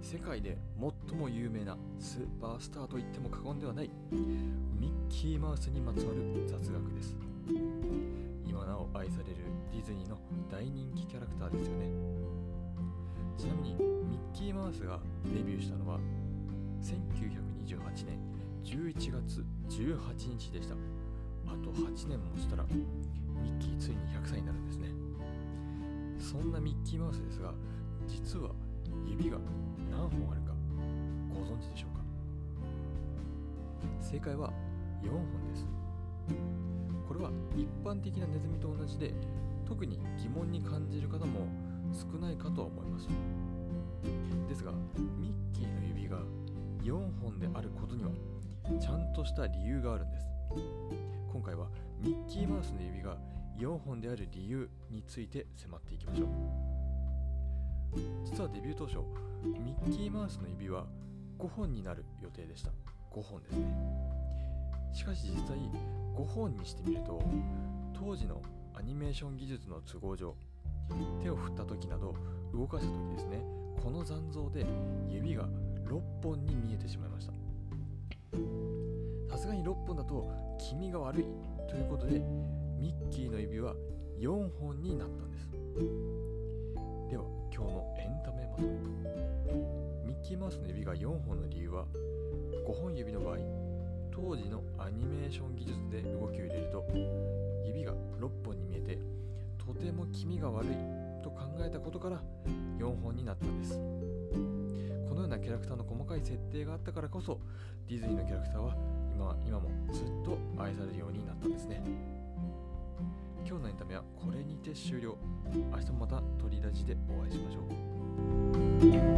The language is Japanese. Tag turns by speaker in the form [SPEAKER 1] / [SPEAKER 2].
[SPEAKER 1] 世界で最も有名なスーパースターと言っても過言ではないミッキーマウスにまつわる雑学です。今なお愛されるディズニーの大人気キャラクターですよね。ちなみにミッキーマウスがデビューしたのは1928年11月18日でした。あと8年もしたらミッキーついに100歳になるんですね。そんなミッキーマウスですが、実は指が何本あるかご存知でしょうか？正解は4本です。これは一般的なネズミと同じで、特に疑問に感じる方も少ないかとは思います。ですが、ミッキーの指が4本であることにはちゃんとした理由があるんです。今回はミッキーマウスの指が4本である理由について迫っていきましょう。実はデビュー当初、ミッキーマウスの指は5本になる予定でした。5本ですね。しかし実際5本にしてみると、当時のアニメーション技術の都合上、手を振った時など動かした時ですね、この残像で指が6本に見えてしまいました。さすがに6本だと気味が悪いということで、ミッキーの指は4本になったんです。では今日のエンタメまとめ。ミッキーマウスの指が4本の理由は、5本指の場合、当時のアニメーション技術で動きを入れると指が6本に見えて、とても気味が悪いと考えたことから4本になったんです。このようなキャラクターの細かい設定があったからこそ、ディズニーのキャラクターは今もずっと愛されるようになったんですね。今日のエンタメはこれにて終了。明日もまた取り出しでお会いしましょう。